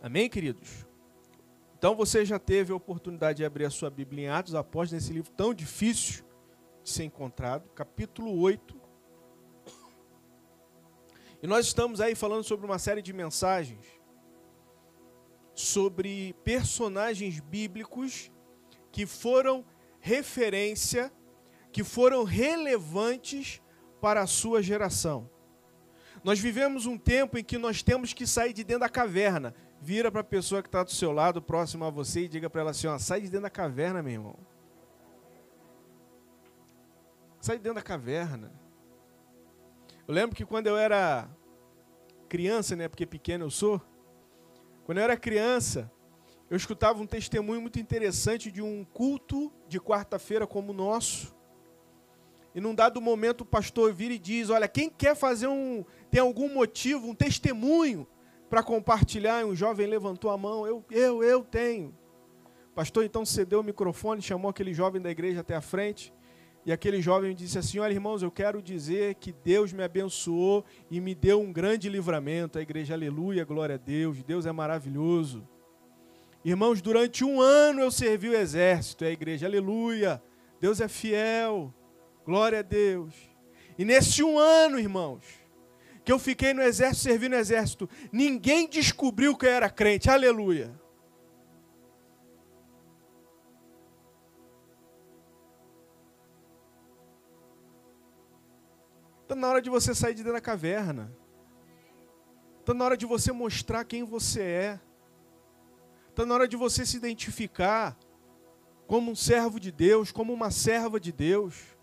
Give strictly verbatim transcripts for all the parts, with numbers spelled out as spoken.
Amém, queridos? Então você já teve a oportunidade de abrir a sua Bíblia em Atos Apóstolos, nesse livro tão difícil de ser encontrado, capítulo oito. E nós estamos aí falando sobre uma série de mensagens sobre personagens bíblicos que foram referência, que foram relevantes para a sua geração. Nós vivemos um tempo em que nós temos que sair de dentro da caverna. Vira para a pessoa que está do seu lado, próximo a você, e diga para ela assim, ó, sai de dentro da caverna, meu irmão. Sai de dentro da caverna. Eu lembro que quando eu era criança, né, porque pequeno eu sou, quando eu era criança, eu escutava um testemunho muito interessante de um culto de quarta-feira como o nosso. E num dado momento o pastor vira e diz, olha, quem quer fazer um, tem algum motivo, um testemunho para compartilhar? E um jovem levantou a mão, eu, eu, eu tenho. O pastor então cedeu o microfone, chamou aquele jovem da igreja até a frente, e aquele jovem disse assim, olha irmãos, eu quero dizer que Deus me abençoou e me deu um grande livramento. A igreja, aleluia, glória a Deus, Deus é maravilhoso. Irmãos, durante um ano eu servi o exército, a igreja, aleluia, Deus é fiel. Glória a Deus. E nesse um ano, irmãos, que eu fiquei no exército, servi no exército, ninguém descobriu que eu era crente. Aleluia. Está na hora de você sair de dentro da caverna. Está na hora de você mostrar quem você é. Está na hora de você se identificar como um servo de Deus, como uma serva de Deus.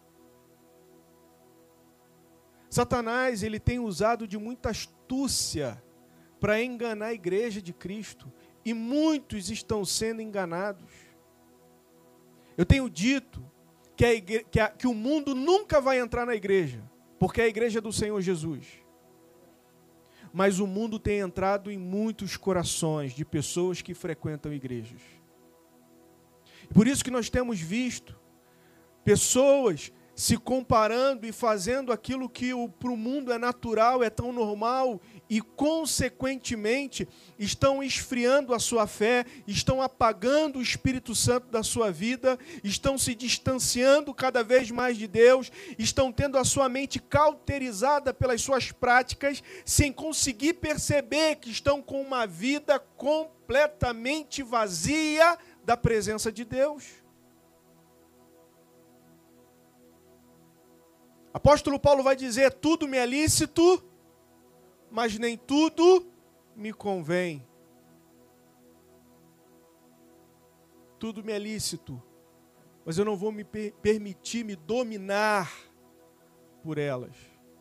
Satanás, ele tem usado de muita astúcia para enganar a igreja de Cristo. E muitos estão sendo enganados. Eu tenho dito que, a igre... que, a... que o mundo nunca vai entrar na igreja, porque é a igreja do Senhor Jesus. Mas o mundo tem entrado em muitos corações de pessoas que frequentam igrejas. E por isso que nós temos visto pessoas se comparando e fazendo aquilo que para o mundo é natural, é tão normal, e consequentemente estão esfriando a sua fé, estão apagando o Espírito Santo da sua vida, estão se distanciando cada vez mais de Deus, estão tendo a sua mente cauterizada pelas suas práticas, sem conseguir perceber que estão com uma vida completamente vazia da presença de Deus. Apóstolo Paulo vai dizer, tudo me é lícito, mas nem tudo me convém. Tudo me é lícito, mas eu não vou me per- permitir me dominar por elas.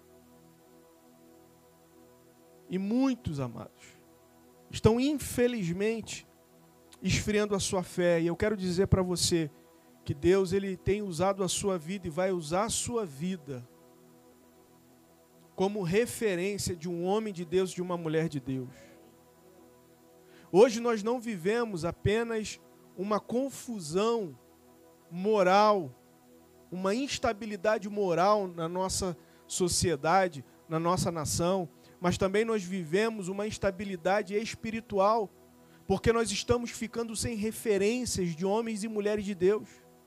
E muitos, amados, estão infelizmente esfriando a sua fé. E eu quero dizer para você, que Deus ele tem usado a sua vida e vai usar a sua vida como referência de um homem de Deus, de uma mulher de Deus. Hoje nós não vivemos apenas uma confusão moral, uma instabilidade moral na nossa sociedade, na nossa nação, mas também nós vivemos uma instabilidade espiritual, porque nós estamos ficando sem referências de homens e mulheres de Deus.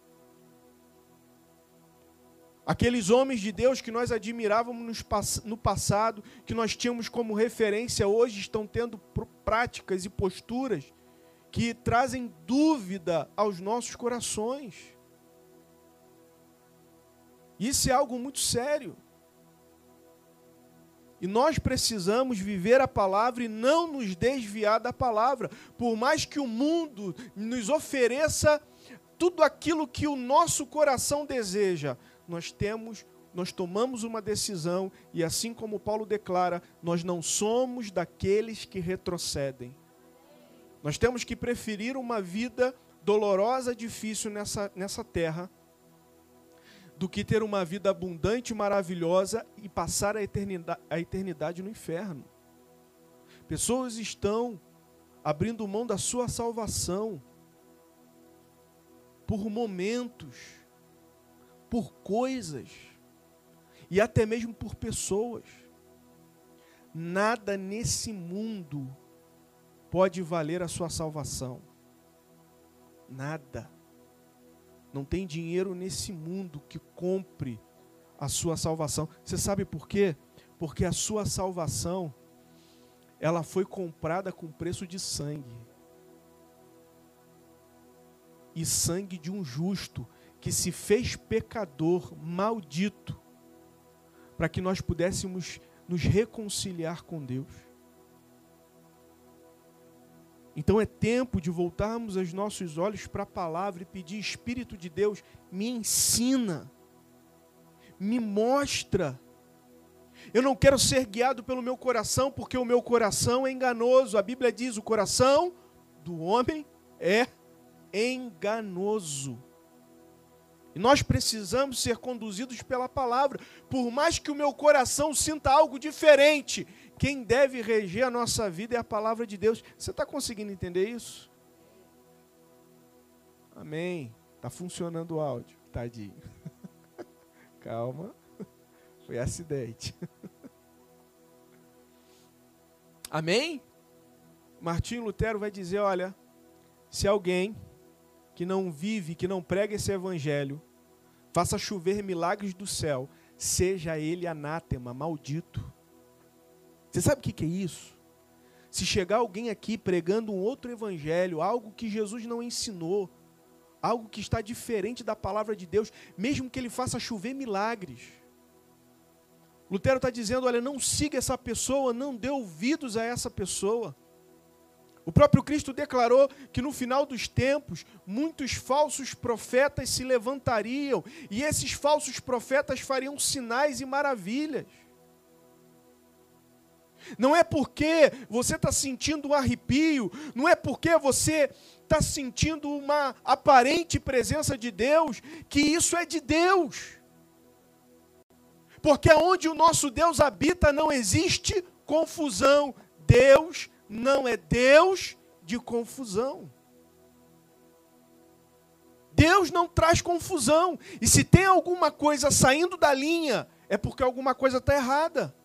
Aqueles homens de Deus que nós admirávamos no passado, que nós tínhamos como referência, hoje estão tendo práticas e posturas que trazem dúvida aos nossos corações. Isso é algo muito sério. E nós precisamos viver a palavra e não nos desviar da palavra. Por mais que o mundo nos ofereça tudo aquilo que o nosso coração deseja, nós temos, nós tomamos uma decisão e assim como Paulo declara, nós não somos daqueles que retrocedem. Nós temos que preferir uma vida dolorosa, difícil nessa, nessa terra, do que ter uma vida abundante, maravilhosa e passar a eternidade, a eternidade no inferno. Pessoas estão abrindo mão da sua salvação por momentos, por coisas e até mesmo por pessoas. Nada nesse mundo pode valer a sua salvação. Nada. Não tem dinheiro nesse mundo que compre a sua salvação. Você sabe por quê? Porque a sua salvação, ela foi comprada com preço de sangue. E sangue de um justo, que se fez pecador, maldito, para que nós pudéssemos nos reconciliar com Deus. Então é tempo de voltarmos os nossos olhos para a palavra e pedir: Espírito de Deus, me ensina, me mostra. Eu não quero ser guiado pelo meu coração, porque o meu coração é enganoso. A Bíblia diz: o coração do homem é enganoso. E nós precisamos ser conduzidos pela palavra. Por mais que o meu coração sinta algo diferente, quem deve reger a nossa vida é a palavra de Deus. Você está conseguindo entender isso? Amém. Está funcionando o áudio. Tadinho. Calma. Foi acidente. Amém? Martinho Lutero vai dizer, olha, se alguém que não vive, que não prega esse evangelho, faça chover milagres do céu, seja ele anátema, maldito. Você sabe o que é isso? Se chegar alguém aqui pregando um outro evangelho, algo que Jesus não ensinou, algo que está diferente da palavra de Deus, mesmo que ele faça chover milagres, Lutero está dizendo, olha, não siga essa pessoa, não dê ouvidos a essa pessoa. O próprio Cristo declarou que no final dos tempos, muitos falsos profetas se levantariam, e esses falsos profetas fariam sinais e maravilhas. Não é porque você está sentindo um arrepio, não é porque você está sentindo uma aparente presença de Deus, que isso é de Deus. Porque onde o nosso Deus habita não existe confusão. Deus não é Deus de confusão. Deus não traz confusão. E se tem alguma coisa saindo da linha, é porque alguma coisa está errada.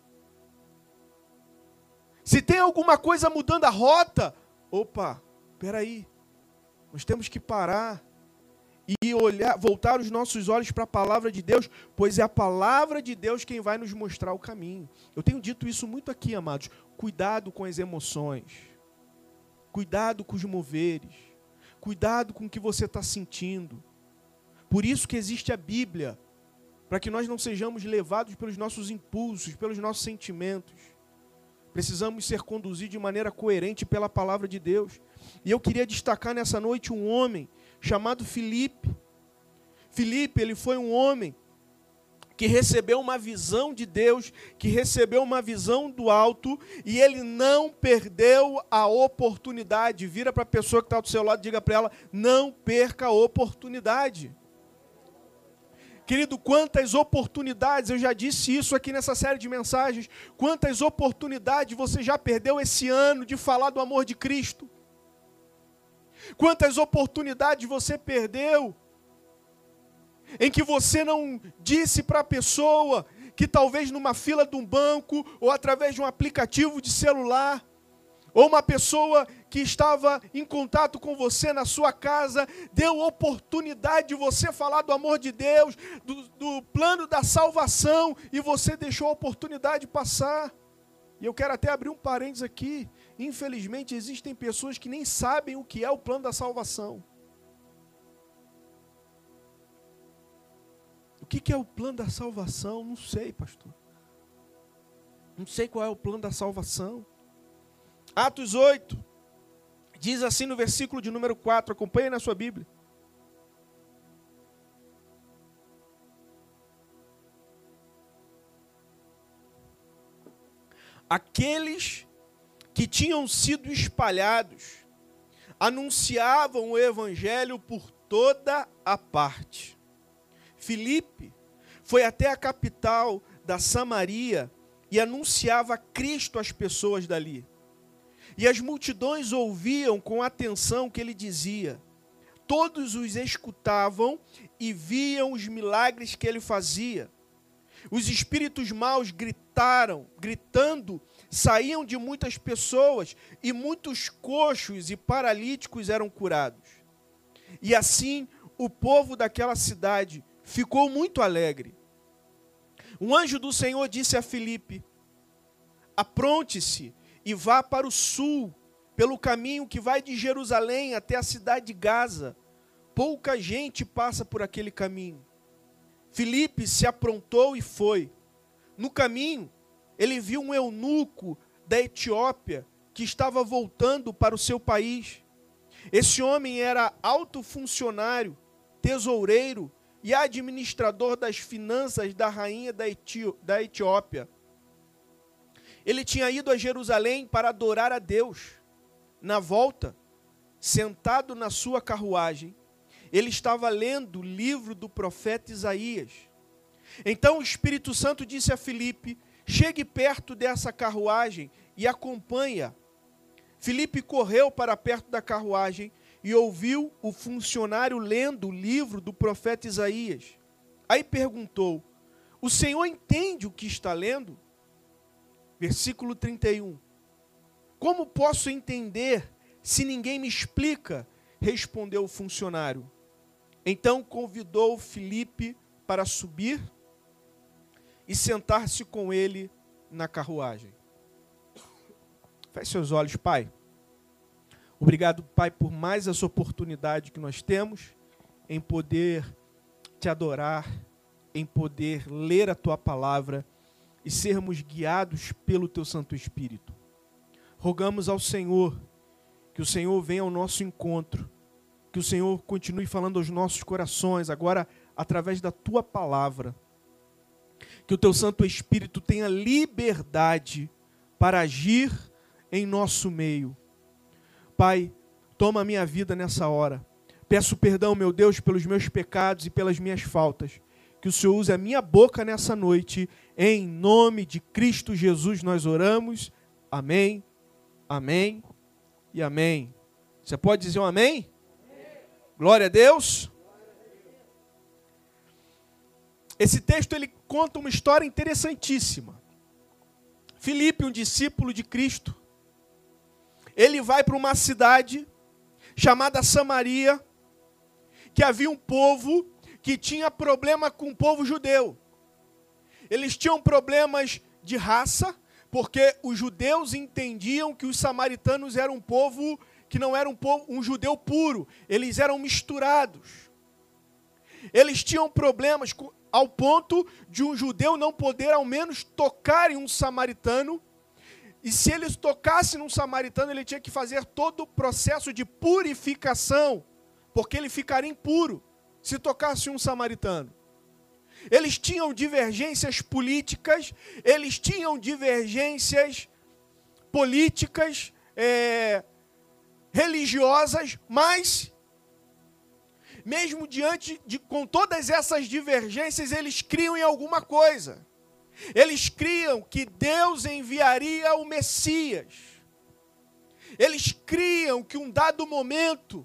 Se tem alguma coisa mudando a rota, opa, espera aí, nós temos que parar e olhar, voltar os nossos olhos para a palavra de Deus, pois é a palavra de Deus quem vai nos mostrar o caminho. Eu tenho dito isso muito aqui, amados. Cuidado com as emoções. Cuidado com os moveres. Cuidado com o que você está sentindo. Por isso que existe a Bíblia, para que nós não sejamos levados pelos nossos impulsos, pelos nossos sentimentos. Precisamos ser conduzidos de maneira coerente pela palavra de Deus. E eu queria destacar nessa noite um homem chamado Filipe. Filipe, ele foi um homem que recebeu uma visão de Deus, que recebeu uma visão do alto, e ele não perdeu a oportunidade. Vira para a pessoa que está do seu lado e diga para ela, não perca a oportunidade. Querido, quantas oportunidades, eu já disse isso aqui nessa série de mensagens, quantas oportunidades você já perdeu esse ano de falar do amor de Cristo? Quantas oportunidades você perdeu em que você não disse para a pessoa que talvez numa fila de um banco ou através de um aplicativo de celular, ou uma pessoa que estava em contato com você na sua casa, deu oportunidade de você falar do amor de Deus, do, do plano da salvação, e você deixou a oportunidade passar. E eu quero até abrir um parênteses aqui. Infelizmente, existem pessoas que nem sabem o que é o plano da salvação. O que é o plano da salvação? Não sei, pastor. Não sei qual é o plano da salvação. Atos oito, diz assim no versículo de número quatro, acompanhe na sua Bíblia. Aqueles que tinham sido espalhados anunciavam o evangelho por toda a parte. Filipe foi até a capital da Samaria e anunciava Cristo às pessoas dali. E as multidões ouviam com atenção o que ele dizia. Todos os escutavam e viam os milagres que ele fazia. Os espíritos maus gritaram, gritando, saíam de muitas pessoas, e muitos coxos e paralíticos eram curados. E assim o povo daquela cidade ficou muito alegre. Um anjo do Senhor disse a Filipe: apronte-se e vá para o sul, pelo caminho que vai de Jerusalém até a cidade de Gaza. Pouca gente passa por aquele caminho. Filipe se aprontou e foi. No caminho, ele viu um eunuco da Etiópia que estava voltando para o seu país. Esse homem era alto funcionário, tesoureiro e administrador das finanças da rainha da, Eti- da Etiópia. Ele tinha ido a Jerusalém para adorar a Deus. Na volta, sentado na sua carruagem, ele estava lendo o livro do profeta Isaías. Então o Espírito Santo disse a Filipe: chegue perto dessa carruagem e acompanhe-a. Filipe correu para perto da carruagem e ouviu o funcionário lendo o livro do profeta Isaías. Aí perguntou: o senhor entende o que está lendo? Versículo trinta e um. Como posso entender se ninguém me explica? Respondeu o funcionário. Então convidou Filipe para subir e sentar-se com ele na carruagem. Feche seus olhos, Pai. Obrigado, Pai, por mais essa oportunidade que nós temos em poder te adorar, em poder ler a Tua palavra e sermos guiados pelo Teu Santo Espírito. Rogamos ao Senhor que o Senhor venha ao nosso encontro, que o Senhor continue falando aos nossos corações, agora através da Tua palavra. Que o Teu Santo Espírito tenha liberdade para agir em nosso meio. Pai, toma a minha vida nessa hora. Peço perdão, meu Deus, pelos meus pecados e pelas minhas faltas. Que o Senhor use a minha boca nessa noite. Em nome de Cristo Jesus nós oramos. Amém, amém e amém. Você pode dizer um amém? Amém. Glória a Deus. Esse texto ele conta uma história interessantíssima. Filipe, um discípulo de Cristo, ele vai para uma cidade chamada Samaria, que havia um povo que tinha problema com o povo judeu. Eles tinham problemas de raça, porque os judeus entendiam que os samaritanos eram um povo que não era um, povo, um judeu puro, eles eram misturados. Eles tinham problemas com, ao ponto de um judeu não poder ao menos tocar em um samaritano. E se eles tocassem num samaritano, ele tinha que fazer todo o processo de purificação, porque ele ficaria impuro se tocasse um samaritano. Eles tinham divergências políticas, eles tinham divergências políticas, é, religiosas, mas, mesmo diante de com todas essas divergências, eles criam em alguma coisa. Eles criam que Deus enviaria o Messias. Eles criam que um dado momento,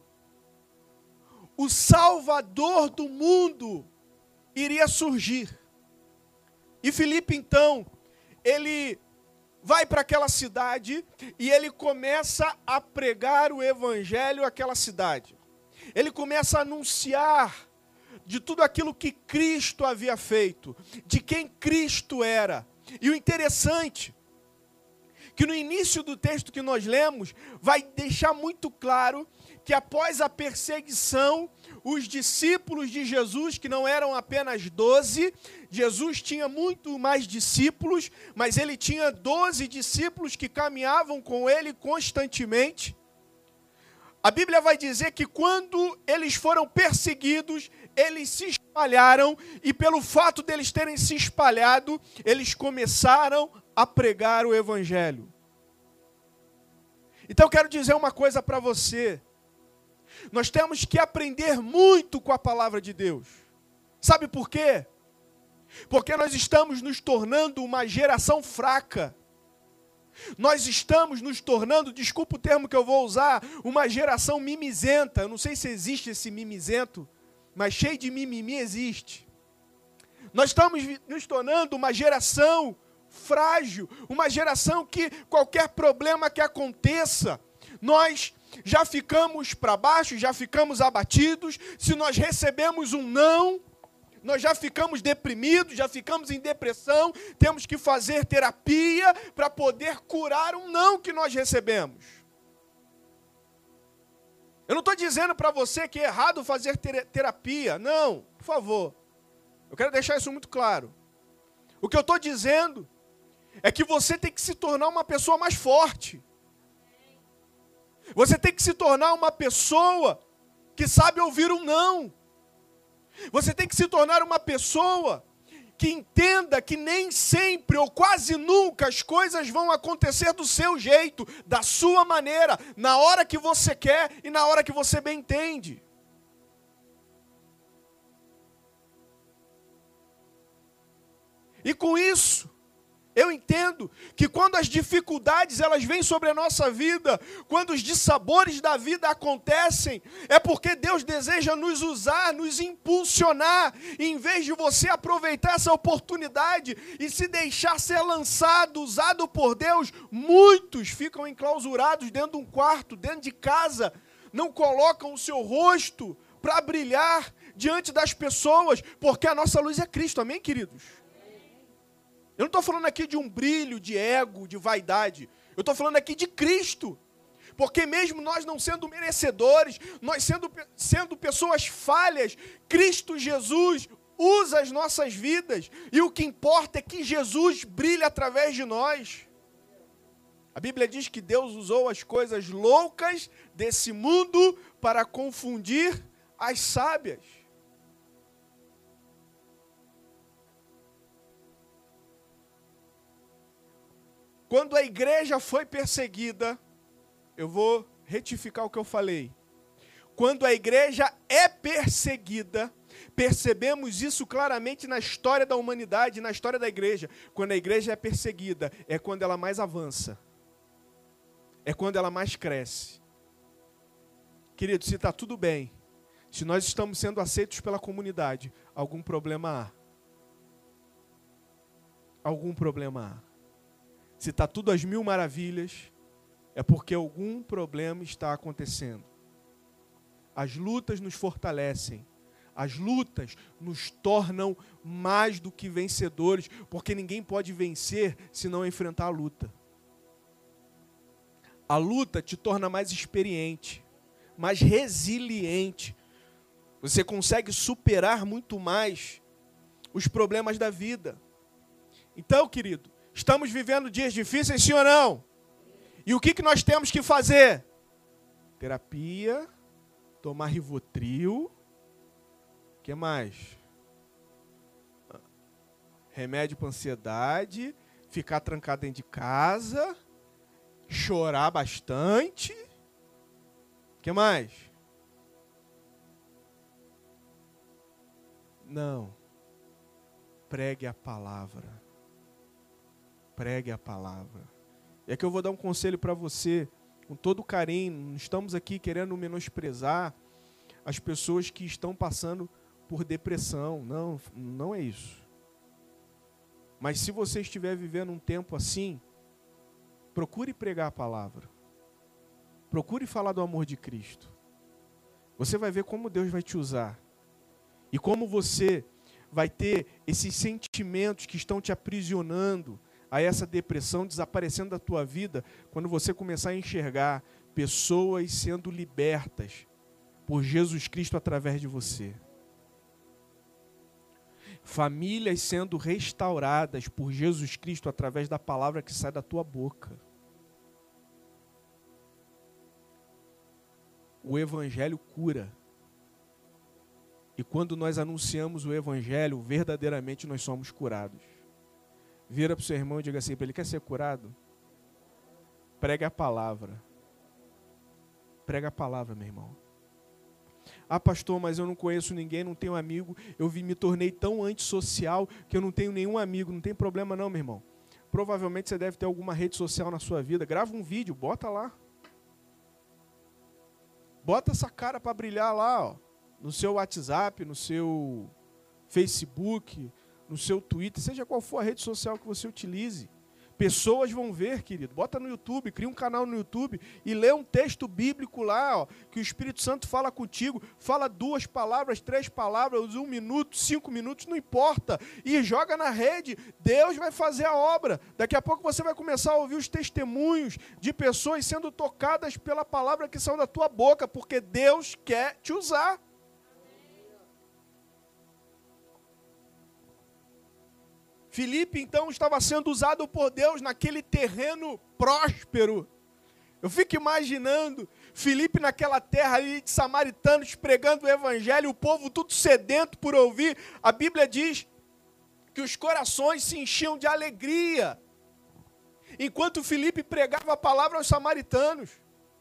o Salvador do mundo iria surgir. E Filipe, então, ele vai para aquela cidade e ele começa a pregar o evangelho àquela cidade. Ele começa a anunciar de tudo aquilo que Cristo havia feito, de quem Cristo era. E o interessante, que no início do texto que nós lemos, vai deixar muito claro que após a perseguição, os discípulos de Jesus, que não eram apenas doze, Jesus tinha muito mais discípulos, mas ele tinha doze discípulos que caminhavam com ele constantemente. A Bíblia vai dizer que quando eles foram perseguidos, eles se espalharam, e pelo fato deles terem se espalhado, eles começaram a pregar o evangelho. Então eu quero dizer uma coisa para você. Nós temos que aprender muito com a palavra de Deus. Sabe por quê? Porque nós estamos nos tornando uma geração fraca. Nós estamos nos tornando, desculpa o termo que eu vou usar, uma geração mimizenta. Eu não sei se existe esse mimizento, mas cheio de mimimi existe. Nós estamos nos tornando uma geração frágil, uma geração que qualquer problema que aconteça, nós já ficamos para baixo, já ficamos abatidos. Se nós recebemos um não, nós já ficamos deprimidos, já ficamos em depressão, temos que fazer terapia para poder curar um não que nós recebemos. Eu não estou dizendo para você que é errado fazer terapia, não, por favor. Eu quero deixar isso muito claro. O que eu estou dizendo é que você tem que se tornar uma pessoa mais forte. Você tem que se tornar uma pessoa que sabe ouvir um não. Você tem que se tornar uma pessoa que entenda que nem sempre ou quase nunca as coisas vão acontecer do seu jeito, da sua maneira, na hora que você quer e na hora que você bem entende. E com isso, eu entendo que quando as dificuldades elas vêm sobre a nossa vida, quando os dissabores da vida acontecem, é porque Deus deseja nos usar, nos impulsionar, e em vez de você aproveitar essa oportunidade e se deixar ser lançado, usado por Deus, muitos ficam enclausurados dentro de um quarto, dentro de casa, não colocam o seu rosto para brilhar diante das pessoas, porque a nossa luz é Cristo, amém, queridos? Eu não estou falando aqui de um brilho, de ego, de vaidade. Eu estou falando aqui de Cristo. Porque mesmo nós não sendo merecedores, nós sendo, sendo pessoas falhas, Cristo Jesus usa as nossas vidas. E o que importa é que Jesus brilha através de nós. A Bíblia diz que Deus usou as coisas loucas desse mundo para confundir as sábias. Quando a igreja foi perseguida, eu vou retificar o que eu falei. Quando a igreja é perseguida, percebemos isso claramente na história da humanidade, na história da igreja. Quando a igreja é perseguida, é quando ela mais avança. É quando ela mais cresce. Querido, se está tudo bem, se nós estamos sendo aceitos pela comunidade, algum problema há. Algum problema há. Se está tudo às mil maravilhas, é porque algum problema está acontecendo. As lutas nos fortalecem. As lutas nos tornam mais do que vencedores, porque ninguém pode vencer se não enfrentar a luta. A luta te torna mais experiente, mais resiliente. Você consegue superar muito mais os problemas da vida. Então, querido, estamos vivendo dias difíceis, sim ou não? E o que, que nós temos que fazer? Terapia, tomar Rivotril, o que mais? Remédio para ansiedade, ficar trancado dentro de casa, chorar bastante, o que mais? Não, pregue a palavra. Pregue a palavra. E aqui eu vou dar um conselho para você, com todo carinho. Não estamos aqui querendo menosprezar as pessoas que estão passando por depressão. Não, não é isso. Mas se você estiver vivendo um tempo assim, procure pregar a palavra. Procure falar do amor de Cristo. Você vai ver como Deus vai te usar. E como você vai ter esses sentimentos que estão te aprisionando a essa depressão desaparecendo da tua vida, quando você começar a enxergar pessoas sendo libertas por Jesus Cristo através de você. Famílias sendo restauradas por Jesus Cristo através da palavra que sai da tua boca. O Evangelho cura. E quando nós anunciamos o Evangelho, verdadeiramente nós somos curados. Vira para o seu irmão e diga assim para ele: quer ser curado? Prega a palavra. Prega a palavra, meu irmão. Ah, pastor, mas eu não conheço ninguém, não tenho amigo. Eu me tornei tão antissocial que eu não tenho nenhum amigo. Não tem problema não, meu irmão. Provavelmente você deve ter alguma rede social na sua vida. Grava um vídeo, bota lá. Bota essa cara para brilhar lá, ó, no seu WhatsApp, no seu Facebook, no seu Twitter, seja qual for a rede social que você utilize. Pessoas vão ver, querido. Bota no YouTube, cria um canal no YouTube e lê um texto bíblico lá, ó, que o Espírito Santo fala contigo. Fala duas palavras, três palavras, um minuto, cinco minutos, não importa. E joga na rede. Deus vai fazer a obra. Daqui a pouco você vai começar a ouvir os testemunhos de pessoas sendo tocadas pela palavra que saiu da tua boca, porque Deus quer te usar. Filipe, então, estava sendo usado por Deus naquele terreno próspero. Eu fico imaginando Filipe naquela terra ali de samaritanos pregando o evangelho, o povo tudo sedento por ouvir. A Bíblia diz que os corações se enchiam de alegria, enquanto Filipe pregava a palavra aos samaritanos.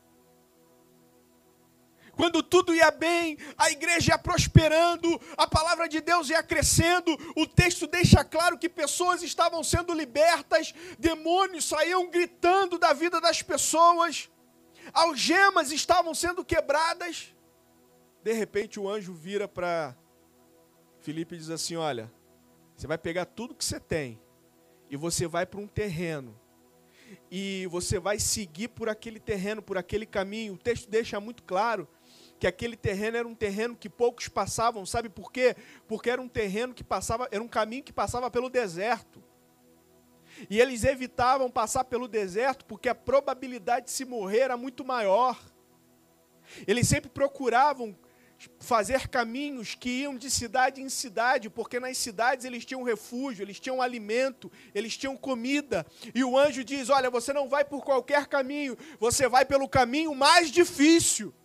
Quando tudo ia bem, a igreja ia prosperando, a palavra de Deus ia crescendo, o texto deixa claro que pessoas estavam sendo libertas, demônios saíam gritando da vida das pessoas, algemas estavam sendo quebradas. De repente o anjo vira para Filipe e diz assim: olha, você vai pegar tudo que você tem e você vai para um terreno. E você vai seguir por aquele terreno, por aquele caminho. O texto deixa muito claro que aquele terreno era um terreno que poucos passavam. Sabe por quê? Porque era um terreno que passava, era um caminho que passava pelo deserto. E eles evitavam passar pelo deserto porque a probabilidade de se morrer era muito maior. Eles sempre procuravam fazer caminhos que iam de cidade em cidade, porque nas cidades eles tinham refúgio, eles tinham alimento, eles tinham comida. E o anjo diz: olha, você não vai por qualquer caminho, você vai pelo caminho mais difícil.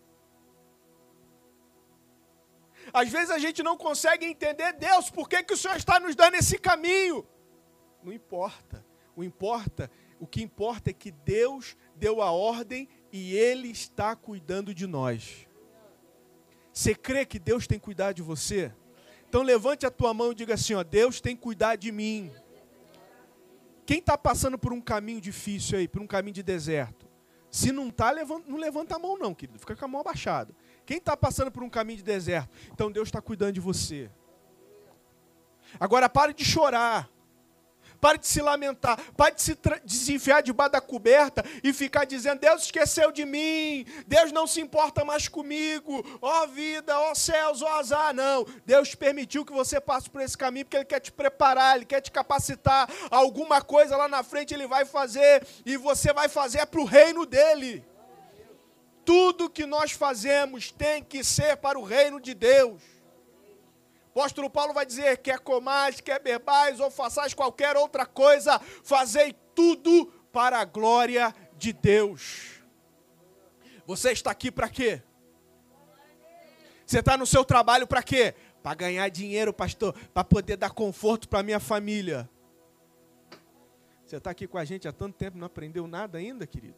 Às vezes a gente não consegue entender: Deus, por que que o Senhor está nos dando esse caminho? Não importa. O importa, o que importa é que Deus deu a ordem e Ele está cuidando de nós. Você crê que Deus tem cuidado de você? Então levante a tua mão e diga assim: ó, Deus tem cuidado de mim. Quem está passando por um caminho difícil aí, por um caminho de deserto? Se não está, levanta, não levanta a mão não, querido. Fica com a mão abaixada. Quem está passando por um caminho de deserto? Então Deus está cuidando de você. Agora pare de chorar. Pare de se lamentar, pare de se desenfiar debaixo da coberta e ficar dizendo: Deus esqueceu de mim, Deus não se importa mais comigo, ó vida, ó céus, ó azar. Não, Deus permitiu que você passe por esse caminho porque Ele quer te preparar, Ele quer te capacitar. Alguma coisa lá na frente Ele vai fazer e você vai fazer para o reino dEle. Tudo que nós fazemos tem que ser para o reino de Deus. O apóstolo Paulo vai dizer: quer comais, quer bebais ou façais qualquer outra coisa, fazei tudo para a glória de Deus. Você está aqui para quê? Você está no seu trabalho para quê? Para ganhar dinheiro, pastor, para poder dar conforto para a minha família. Você está aqui com a gente há tanto tempo e não aprendeu nada ainda, querido?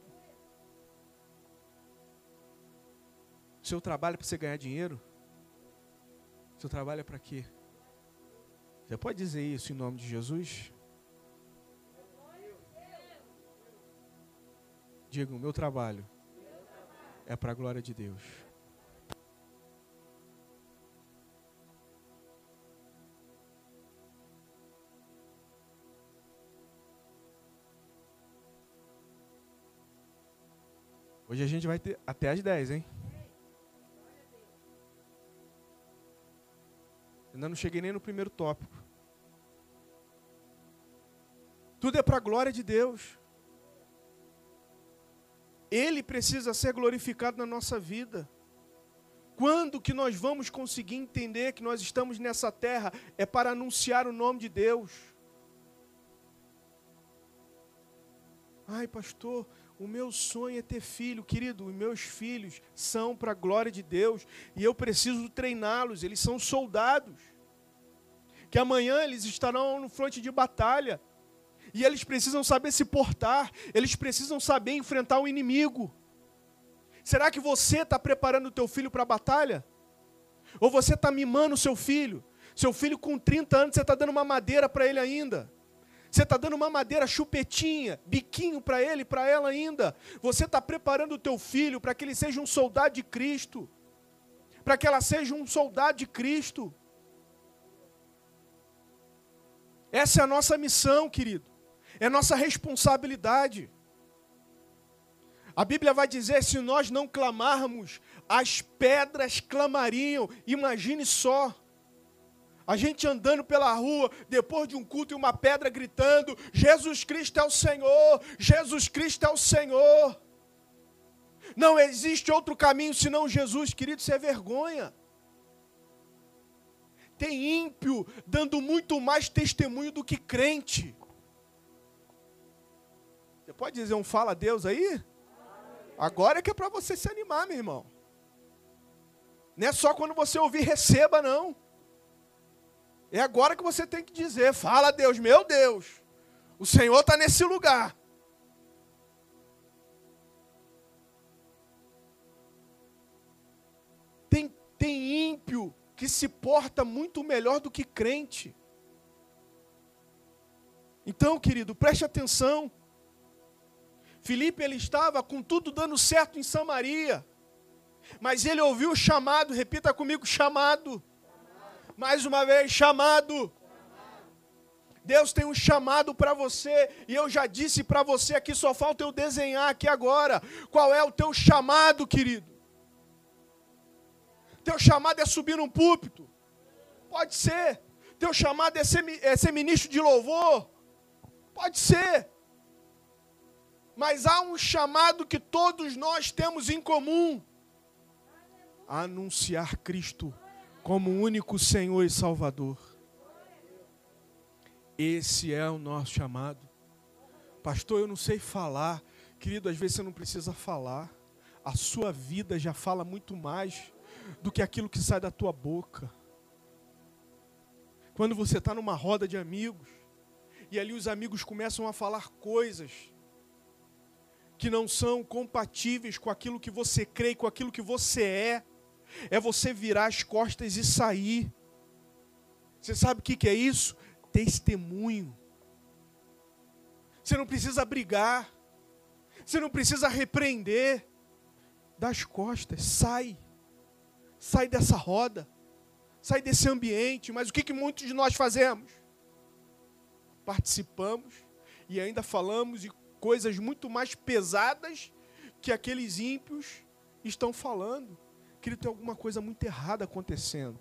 O seu trabalho é para você ganhar dinheiro? Seu trabalho é para quê? Você pode dizer isso em nome de Jesus? Diga: o meu trabalho é para a glória de Deus. Hoje a gente vai ter até às dez, hein? Ainda não cheguei nem no primeiro tópico. Tudo é para a glória de Deus. Ele precisa ser glorificado na nossa vida. Quando que nós vamos conseguir entender que nós estamos nessa terra é para anunciar o nome de Deus? Ai, pastor, o meu sonho é ter filho. Querido, os meus filhos são para a glória de Deus e eu preciso treiná-los. Eles são soldados que amanhã eles estarão no fronte de batalha e eles precisam saber se portar, eles precisam saber enfrentar o inimigo. Será que você está preparando o teu filho para a batalha? Ou você está mimando o seu filho? Seu filho com trinta anos, você está dando uma madeira para ele ainda. Você está dando uma madeira chupetinha, biquinho para ele, para ela ainda. Você está preparando o teu filho para que ele seja um soldado de Cristo. Para que ela seja um soldado de Cristo. Essa é a nossa missão, querido. É nossa responsabilidade. A Bíblia vai dizer, se nós não clamarmos, as pedras clamariam. Imagine só. A gente andando pela rua, depois de um culto e uma pedra gritando, Jesus Cristo é o Senhor, Jesus Cristo é o Senhor. Não existe outro caminho senão Jesus, querido, isso é vergonha. Tem ímpio dando muito mais testemunho do que crente. Você pode dizer um fala a Deus aí? Agora é que é para você se animar, meu irmão. Não é só quando você ouvir receba, não. É agora que você tem que dizer, fala a Deus, meu Deus, o Senhor está nesse lugar. Tem, tem ímpio que se porta muito melhor do que crente. Então, querido, preste atenção. Filipe, ele estava com tudo dando certo em Samaria, mas ele ouviu o chamado, repita comigo, chamado. Mais uma vez, chamado. Deus tem um chamado para você, e eu já disse para você aqui, só falta eu desenhar aqui agora. Qual é o teu chamado, querido? Teu chamado é subir num púlpito? Pode ser. Teu chamado é ser, é ser ministro de louvor? Pode ser. Mas há um chamado que todos nós temos em comum. Anunciar Cristo como o único Senhor e Salvador. Esse é o nosso chamado. Pastor, eu não sei falar. Querido, às vezes você não precisa falar. A sua vida já fala muito mais do que aquilo que sai da tua boca. Quando você está numa roda de amigos, e ali os amigos começam a falar coisas que não são compatíveis com aquilo que você crê, com aquilo que você é, é você virar as costas e sair. Você sabe o que é isso? Testemunho. Você não precisa brigar. Você não precisa repreender. Dá as costas, sai. Sai dessa roda. Sai desse ambiente. Mas o que, que muitos de nós fazemos? Participamos e ainda falamos de coisas muito mais pesadas que aqueles ímpios estão falando. Querido, tem alguma coisa muito errada acontecendo.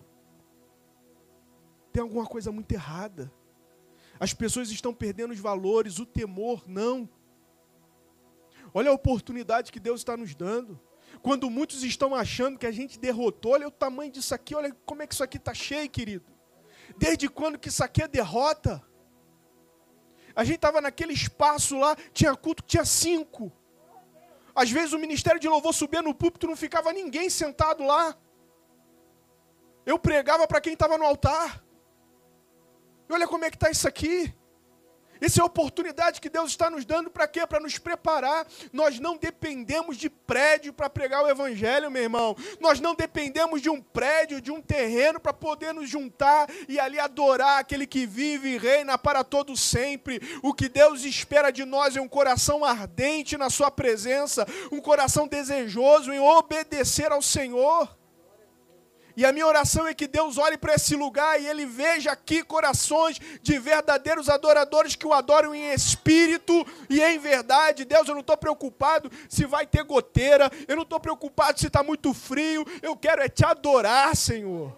Tem alguma coisa muito errada. As pessoas estão perdendo os valores, o temor, não. Olha a oportunidade que Deus está nos dando. Quando muitos estão achando que a gente derrotou, olha o tamanho disso aqui, olha como é que isso aqui está cheio, querido. Desde quando que isso aqui é derrota? A gente estava naquele espaço lá, tinha culto, tinha cinco. Às vezes o ministério de louvor subia no púlpito, não ficava ninguém sentado lá. Eu pregava para quem estava no altar. E olha como é que está isso aqui. Essa é a oportunidade que Deus está nos dando para quê? Para nos preparar. Nós não dependemos de prédio para pregar o evangelho, meu irmão. Nós não dependemos de um prédio, de um terreno para poder nos juntar e ali adorar aquele que vive e reina para todo sempre. O que Deus espera de nós é um coração ardente na sua presença, um coração desejoso em obedecer ao Senhor. E a minha oração é que Deus olhe para esse lugar e Ele veja aqui corações de verdadeiros adoradores que o adoram em espírito e em verdade. Deus, eu não estou preocupado se vai ter goteira, eu não estou preocupado se está muito frio, eu quero é te adorar, Senhor.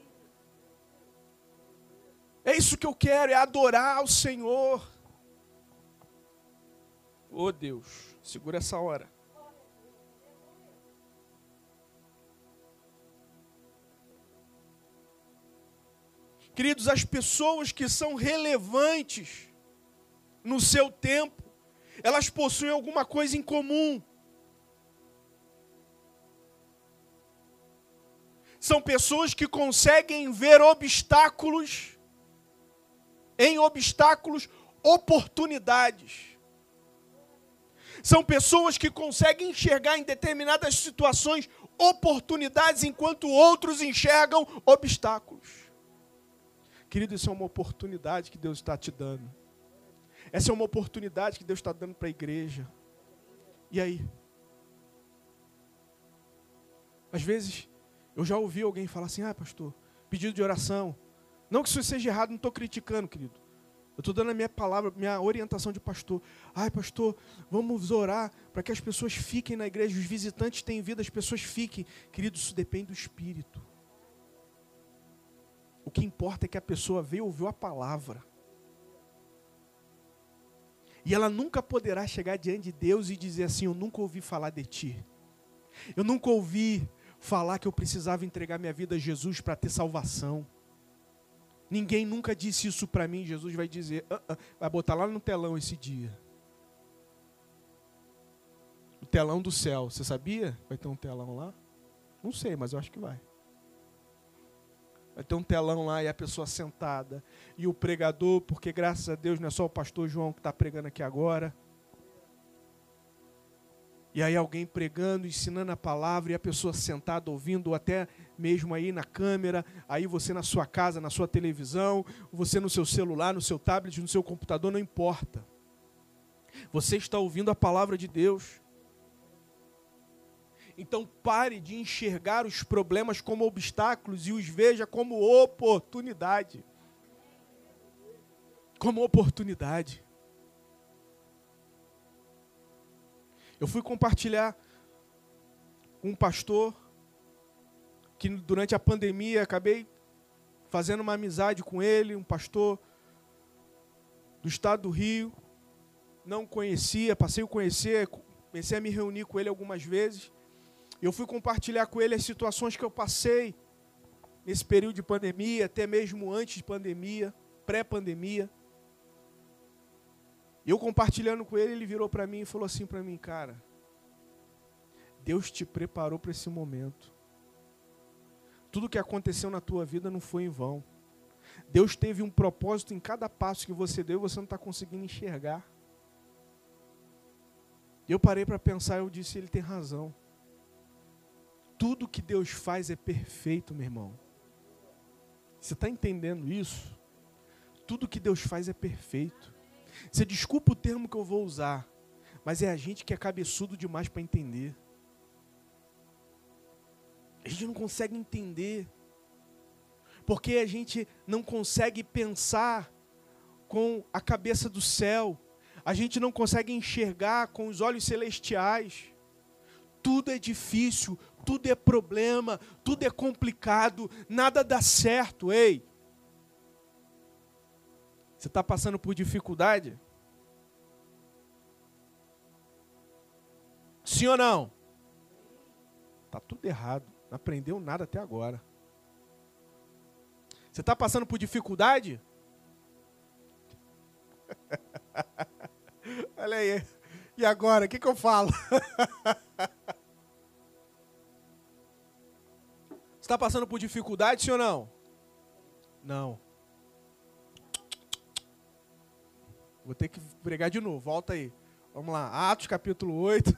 É isso que eu quero, é adorar ao Senhor. Oh Deus, segura essa hora. Queridos, as pessoas que são relevantes no seu tempo, elas possuem alguma coisa em comum. São pessoas que conseguem ver obstáculos, em obstáculos, oportunidades. São pessoas que conseguem enxergar em determinadas situações oportunidades, enquanto outros enxergam obstáculos. Querido, isso é uma oportunidade que Deus está te dando. Essa é uma oportunidade que Deus está dando para a igreja. E aí? Às vezes, eu já ouvi alguém falar assim, ah, pastor, pedido de oração. Não que isso seja errado, não estou criticando, querido. Eu estou dando a minha palavra, minha orientação de pastor. Ai, pastor, vamos orar para que as pessoas fiquem na igreja, os visitantes têm vida, as pessoas fiquem. Querido, isso depende do Espírito. O que importa é que a pessoa veio e ouviu a palavra. E ela nunca poderá chegar diante de Deus e dizer assim, eu nunca ouvi falar de ti. Eu nunca ouvi falar que eu precisava entregar minha vida a Jesus para ter salvação. Ninguém nunca disse isso para mim. Jesus vai dizer, uh -uh, vai botar lá no telão esse dia. O telão do céu, você sabia? Vai ter um telão lá? Não sei, mas eu acho que vai. Vai ter um telão lá e a pessoa sentada. E o pregador, porque graças a Deus não é só o pastor João que está pregando aqui agora. E aí alguém pregando, ensinando a palavra, e a pessoa sentada ouvindo, ou até mesmo aí na câmera, aí você na sua casa, na sua televisão, você no seu celular, no seu tablet, no seu computador, não importa. Você está ouvindo a palavra de Deus. Então pare de enxergar os problemas como obstáculos e os veja como oportunidade. Como oportunidade. Eu fui compartilhar com um pastor que durante a pandemia acabei fazendo uma amizade com ele, um pastor do estado do Rio. Não conhecia, passei a conhecer, comecei a me reunir com ele algumas vezes. Eu fui compartilhar com ele as situações que eu passei nesse período de pandemia, até mesmo antes de pandemia, pré-pandemia. Eu compartilhando com ele, ele virou para mim e falou assim para mim, cara, Deus te preparou para esse momento. Tudo que aconteceu na tua vida não foi em vão. Deus teve um propósito em cada passo que você deu e você não está conseguindo enxergar. Eu parei para pensar e eu disse, ele tem razão. Tudo que Deus faz é perfeito, meu irmão. Você está entendendo isso? Tudo que Deus faz é perfeito. Você desculpa o termo que eu vou usar, mas é a gente que é cabeçudo demais para entender. A gente não consegue entender, porque a gente não consegue pensar com a cabeça do céu, a gente não consegue enxergar com os olhos celestiais. Tudo é difícil, tudo é problema, tudo é complicado, nada dá certo, ei. Você está passando por dificuldade? Sim ou não? Está tudo errado. Não aprendeu nada até agora. Você está passando por dificuldade? Olha aí. E agora? O que, que eu falo? Você está passando por dificuldade, sim ou não? Não. Vou ter que pregar de novo, volta aí. Vamos lá, Atos capítulo oito.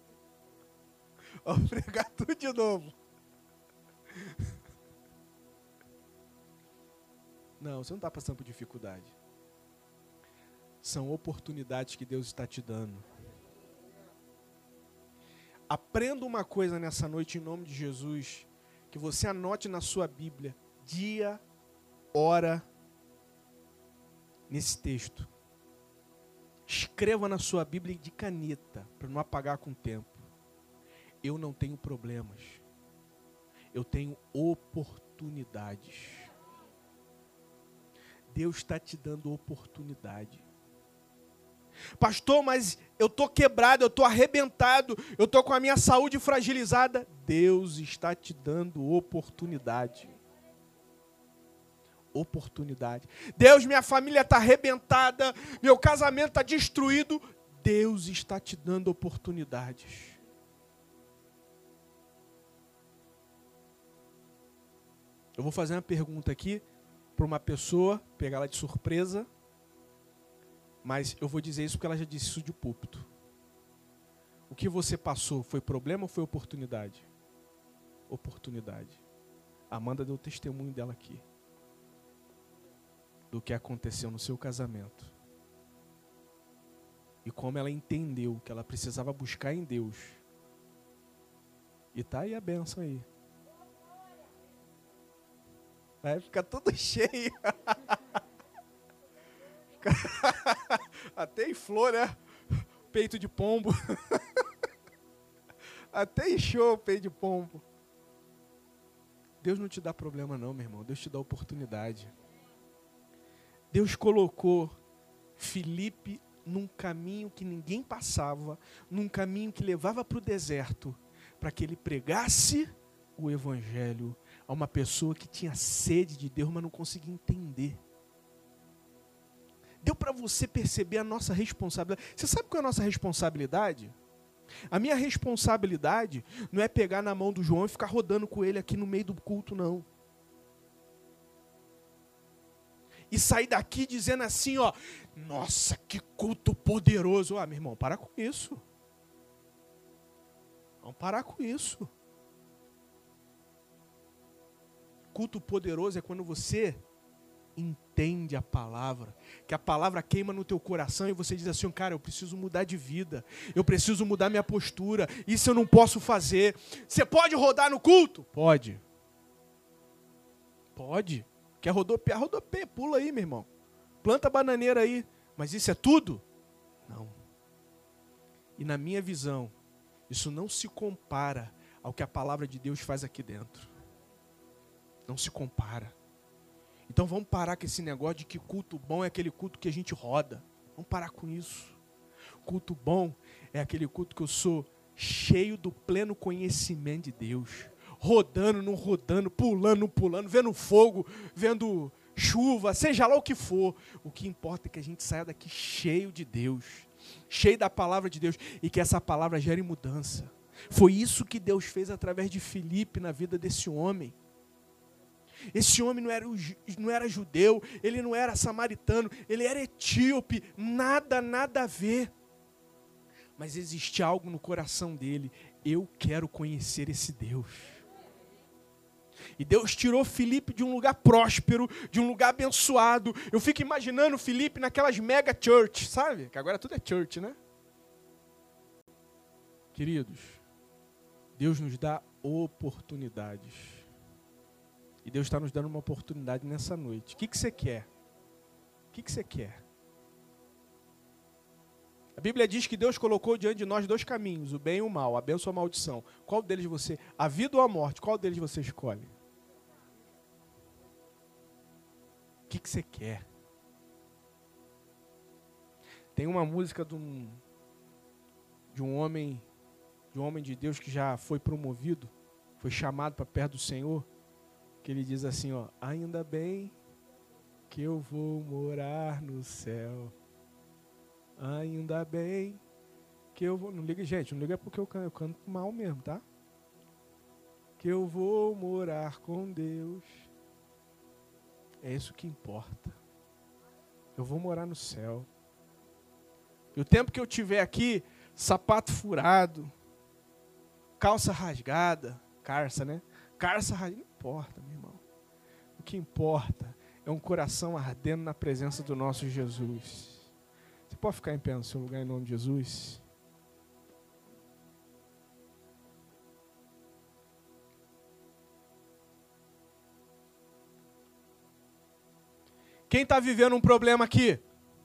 Vamos pregar tudo de novo. Não, você não está passando por dificuldade. São oportunidades que Deus está te dando. Aprenda uma coisa nessa noite em nome de Jesus, que você anote na sua Bíblia, dia, hora, nesse texto. Escreva na sua Bíblia de caneta, para não apagar com o tempo. Eu não tenho problemas. Eu tenho oportunidades. Deus está te dando oportunidade. Pastor, mas eu estou quebrado, eu estou arrebentado, eu estou com a minha saúde fragilizada. Deus está te dando oportunidade. Oportunidade. Deus, minha família está arrebentada, meu casamento está destruído. Deus está te dando oportunidades. Eu vou fazer uma pergunta aqui para uma pessoa, pegar ela de surpresa, mas eu vou dizer isso porque ela já disse isso de púlpito. O que você passou foi problema ou foi oportunidade? Oportunidade. A Amanda deu o testemunho dela aqui. Do que aconteceu no seu casamento. E como ela entendeu que ela precisava buscar em Deus. E tá aí a bênção aí. Vai ficar tudo cheio. Fica... Até inflou, né? Peito de pombo. Até inchou o peito de pombo. Deus não te dá problema não, meu irmão. Deus te dá oportunidade. Deus colocou Filipe num caminho que ninguém passava, num caminho que levava para o deserto, para que ele pregasse o evangelho a uma pessoa que tinha sede de Deus, mas não conseguia entender. Deu para você perceber a nossa responsabilidade? Você sabe qual é a nossa responsabilidade? A minha responsabilidade não é pegar na mão do João e ficar rodando com ele aqui no meio do culto, não. E sair daqui dizendo assim, ó, nossa, que culto poderoso. Ah, meu irmão, para com isso. Vamos parar com isso. Culto poderoso é quando você entende a palavra, que a palavra queima no teu coração e você diz assim, cara, eu preciso mudar de vida, eu preciso mudar minha postura, isso eu não posso fazer. Você pode rodar no culto? Pode. Pode. Quer rodopiar? Rodopeia, pula aí, meu irmão. Planta a bananeira aí. Mas isso é tudo? Não. E na minha visão, isso não se compara ao que a palavra de Deus faz aqui dentro. Não se compara. Então vamos parar com esse negócio de que culto bom é aquele culto que a gente roda. Vamos parar com isso. Culto bom é aquele culto que eu sou cheio do pleno conhecimento de Deus. Rodando, não rodando, pulando, não pulando, vendo fogo, vendo chuva, seja lá o que for. O que importa é que a gente saia daqui cheio de Deus, cheio da palavra de Deus e que essa palavra gere mudança. Foi isso que Deus fez através de Filipe na vida desse homem. Esse homem não era, não era judeu, ele não era samaritano, ele era etíope, nada, nada a ver. Mas existia algo no coração dele, eu quero conhecer esse Deus. E Deus tirou Filipe de um lugar próspero, de um lugar abençoado. Eu fico imaginando Filipe naquelas mega church, sabe? Que agora tudo é church, né? Queridos, Deus nos dá oportunidades. E Deus está nos dando uma oportunidade nessa noite. O que, que você quer? O que, que você quer? A Bíblia diz que Deus colocou diante de nós dois caminhos, o bem e o mal, a bênção ou a maldição. Qual deles você, a vida ou a morte, qual deles você escolhe? O que, que você quer? Tem uma música de um, de um homem, de um homem de Deus que já foi promovido, foi chamado para perto do Senhor, que ele diz assim, ó, ainda bem que eu vou morar no céu. Ainda bem que eu vou... Não liga, gente, não liga porque eu canto, eu canto mal mesmo, tá? Que eu vou morar com Deus. É isso que importa. Eu vou morar no céu. E o tempo que eu tiver aqui, sapato furado, calça rasgada, carça, né? Carça rasgada, não importa, meu irmão. O que importa é um coração ardendo na presença do nosso Jesus. Você pode ficar em pé no seu lugar em nome de Jesus? Quem está vivendo um problema aqui?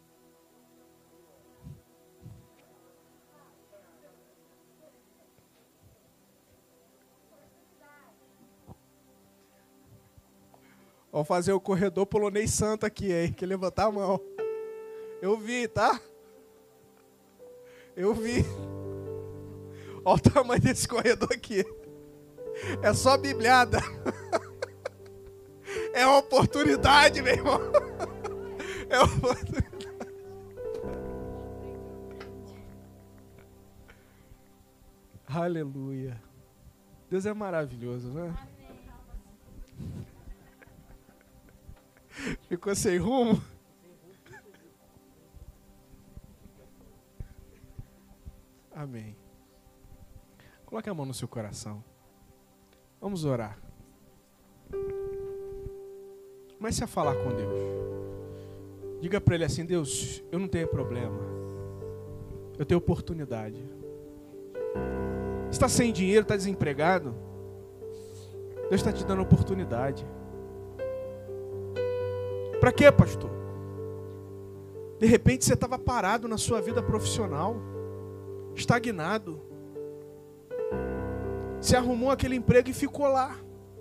Vou fazer o corredor polonês santo aqui, hein? Que levantar a mão. Eu vi, tá? Eu vi. Olha o tamanho desse corredor aqui. É só bibliada. É uma oportunidade, meu irmão. É uma oportunidade. Aleluia. Deus é maravilhoso, né? Ficou sem rumo? Amém. Coloque a mão no seu coração. Vamos orar. Comece a falar com Deus. Diga para Ele assim, Deus, eu não tenho problema. Eu tenho oportunidade. Está sem dinheiro, está desempregado. Deus está te dando oportunidade. Para quê, pastor? De repente você estava parado na sua vida profissional, estagnado. Você arrumou aquele emprego e ficou lá.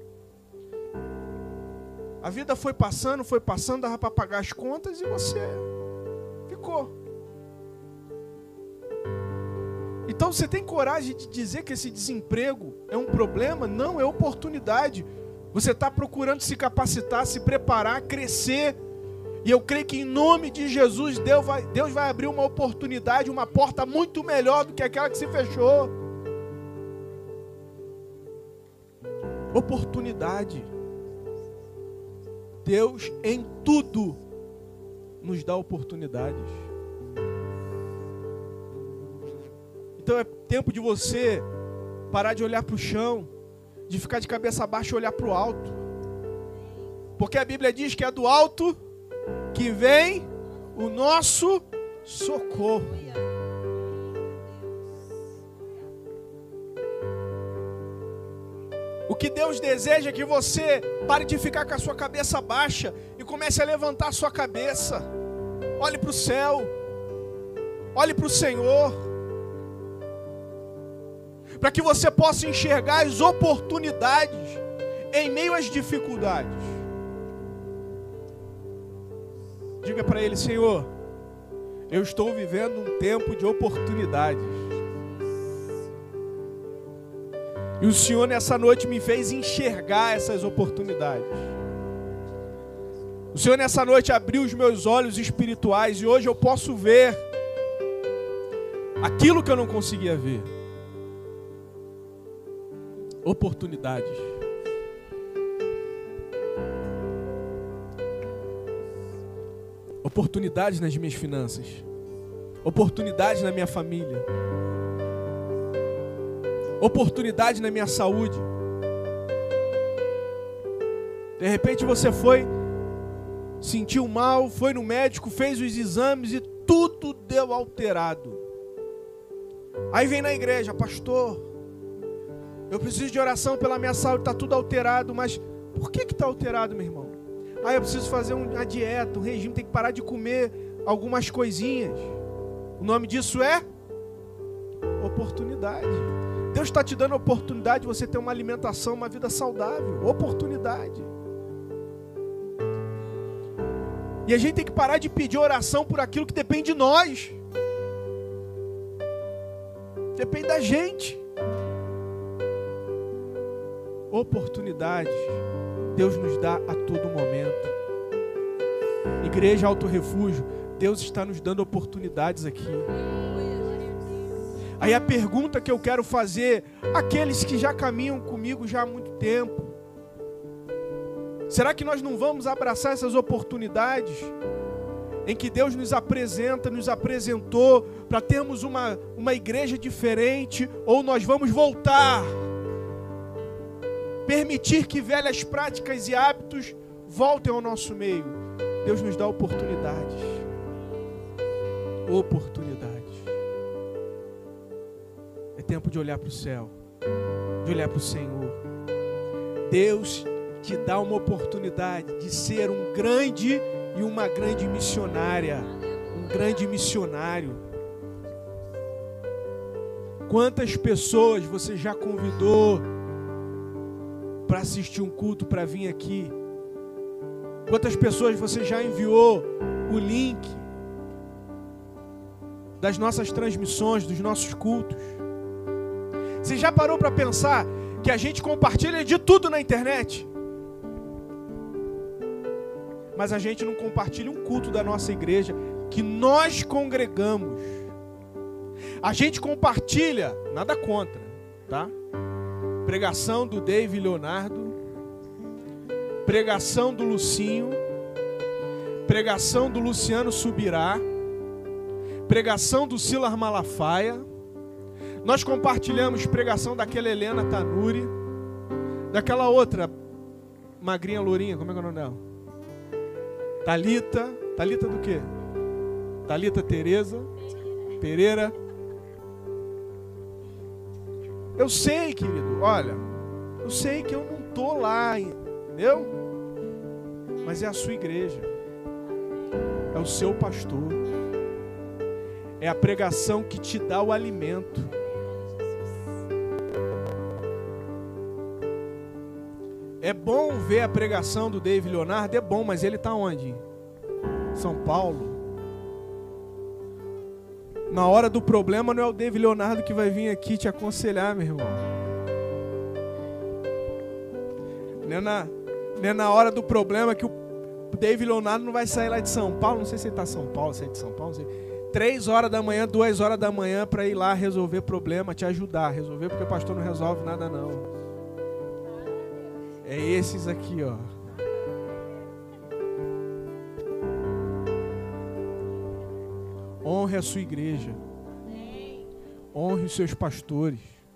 A vida foi passando, foi passando, dava para pagar as contas e você ficou. Então você tem coragem de dizer que esse desemprego é um problema? Não, é oportunidade. Você está procurando se capacitar, se preparar, crescer. E eu creio que em nome de Jesus, Deus vai, Deus vai abrir uma oportunidade, uma porta muito melhor do que aquela que se fechou. Oportunidade. Deus em tudo nos dá oportunidades. Então é tempo de você parar de olhar para o chão, de ficar de cabeça baixa e olhar para o alto. Porque a Bíblia diz que é do alto que vem o nosso socorro. O que Deus deseja é que você pare de ficar com a sua cabeça baixa e comece a levantar a sua cabeça. Olhe para o céu. Olhe para o Senhor. Para que você possa enxergar as oportunidades em meio às dificuldades. Diga para Ele: Senhor, eu estou vivendo um tempo de oportunidades. E o Senhor nessa noite me fez enxergar essas oportunidades. O Senhor nessa noite abriu os meus olhos espirituais e hoje eu posso ver aquilo que eu não conseguia ver. Oportunidades. Oportunidades nas minhas finanças. Oportunidades na minha família. Oportunidade na minha saúde. De repente você foi, sentiu mal, foi no médico, fez os exames e tudo deu alterado. Aí vem na igreja: pastor, eu preciso de oração pela minha saúde, está tudo alterado. Mas por que que está alterado, meu irmão? Ah, eu preciso fazer uma dieta, um regime, tem que parar de comer algumas coisinhas. O nome disso é oportunidade. Deus está te dando a oportunidade de você ter uma alimentação, uma vida saudável. Oportunidade. E a gente tem que parar de pedir oração por aquilo que depende de nós. Depende da gente. Oportunidades Deus nos dá a todo momento. Igreja Alto Refúgio, Deus está nos dando oportunidades aqui. Aí a pergunta que eu quero fazer, aqueles que já caminham comigo já há muito tempo, será que nós não vamos abraçar essas oportunidades em que Deus nos apresenta, nos apresentou para termos uma, uma igreja diferente, ou nós vamos voltar, permitir que velhas práticas e hábitos voltem ao nosso meio? Deus nos dá oportunidades. Oportunidades. É tempo de olhar para o céu, de olhar para o Senhor. Deus te dá uma oportunidade de ser um grande e uma grande missionária, um grande missionário. Quantas pessoas você já convidou para assistir um culto, para vir aqui? Quantas pessoas você já enviou o link das nossas transmissões, dos nossos cultos? Você já parou para pensar que a gente compartilha de tudo na internet? Mas a gente não compartilha um culto da nossa igreja que nós congregamos. A gente compartilha, nada contra, tá? Pregação do Dave Leonardo, pregação do Lucinho, pregação do Luciano Subirá, pregação do Silas Malafaia. Nós compartilhamos pregação daquela Helena Tanuri, daquela outra magrinha lourinha, como é que é o nome dela? Thalita, Thalita do quê? Thalita Tereza Pereira. Eu sei, querido, olha, eu sei que eu não estou lá, entendeu? Mas é a sua igreja, é o seu pastor. É a pregação que te dá o alimento. É bom ver a pregação do David Leonardo, é bom, mas ele está onde? São Paulo. Na hora do problema não é o David Leonardo que vai vir aqui te aconselhar, meu irmão. Não é na, não é na hora do problema que o David Leonardo não vai sair lá de São Paulo. Não sei se ele está em São Paulo, se é de São Paulo, não sei. Três horas da manhã, duas horas da manhã para ir lá resolver problema, te ajudar a resolver, porque o pastor não resolve nada não. É esses aqui, ó. Honre a sua igreja. Honre os seus pastores.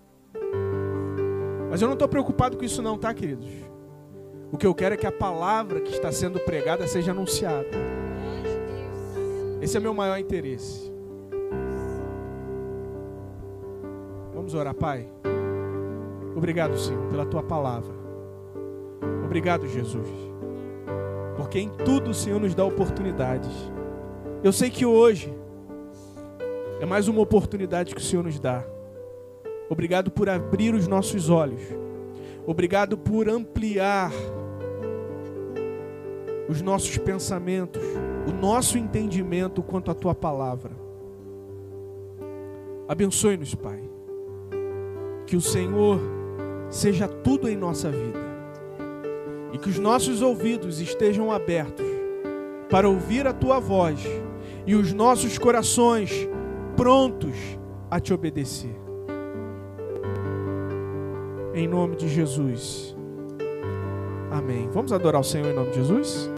Mas eu não estou preocupado com isso não, tá, queridos? O que eu quero é que a palavra que está sendo pregada seja anunciada. Esse é meu maior interesse. Vamos orar, Pai. Obrigado, Senhor, pela Tua palavra. Obrigado, Jesus. Porque em tudo o Senhor nos dá oportunidades. Eu sei que hoje é mais uma oportunidade que o Senhor nos dá. Obrigado por abrir os nossos olhos. Obrigado por ampliar os nossos pensamentos, o nosso entendimento quanto à Tua palavra. Abençoe-nos, Pai. Que o Senhor seja tudo em nossa vida. E que os nossos ouvidos estejam abertos para ouvir a Tua voz e os nossos corações prontos a Te obedecer. Em nome de Jesus. Amém. Vamos adorar o Senhor em nome de Jesus?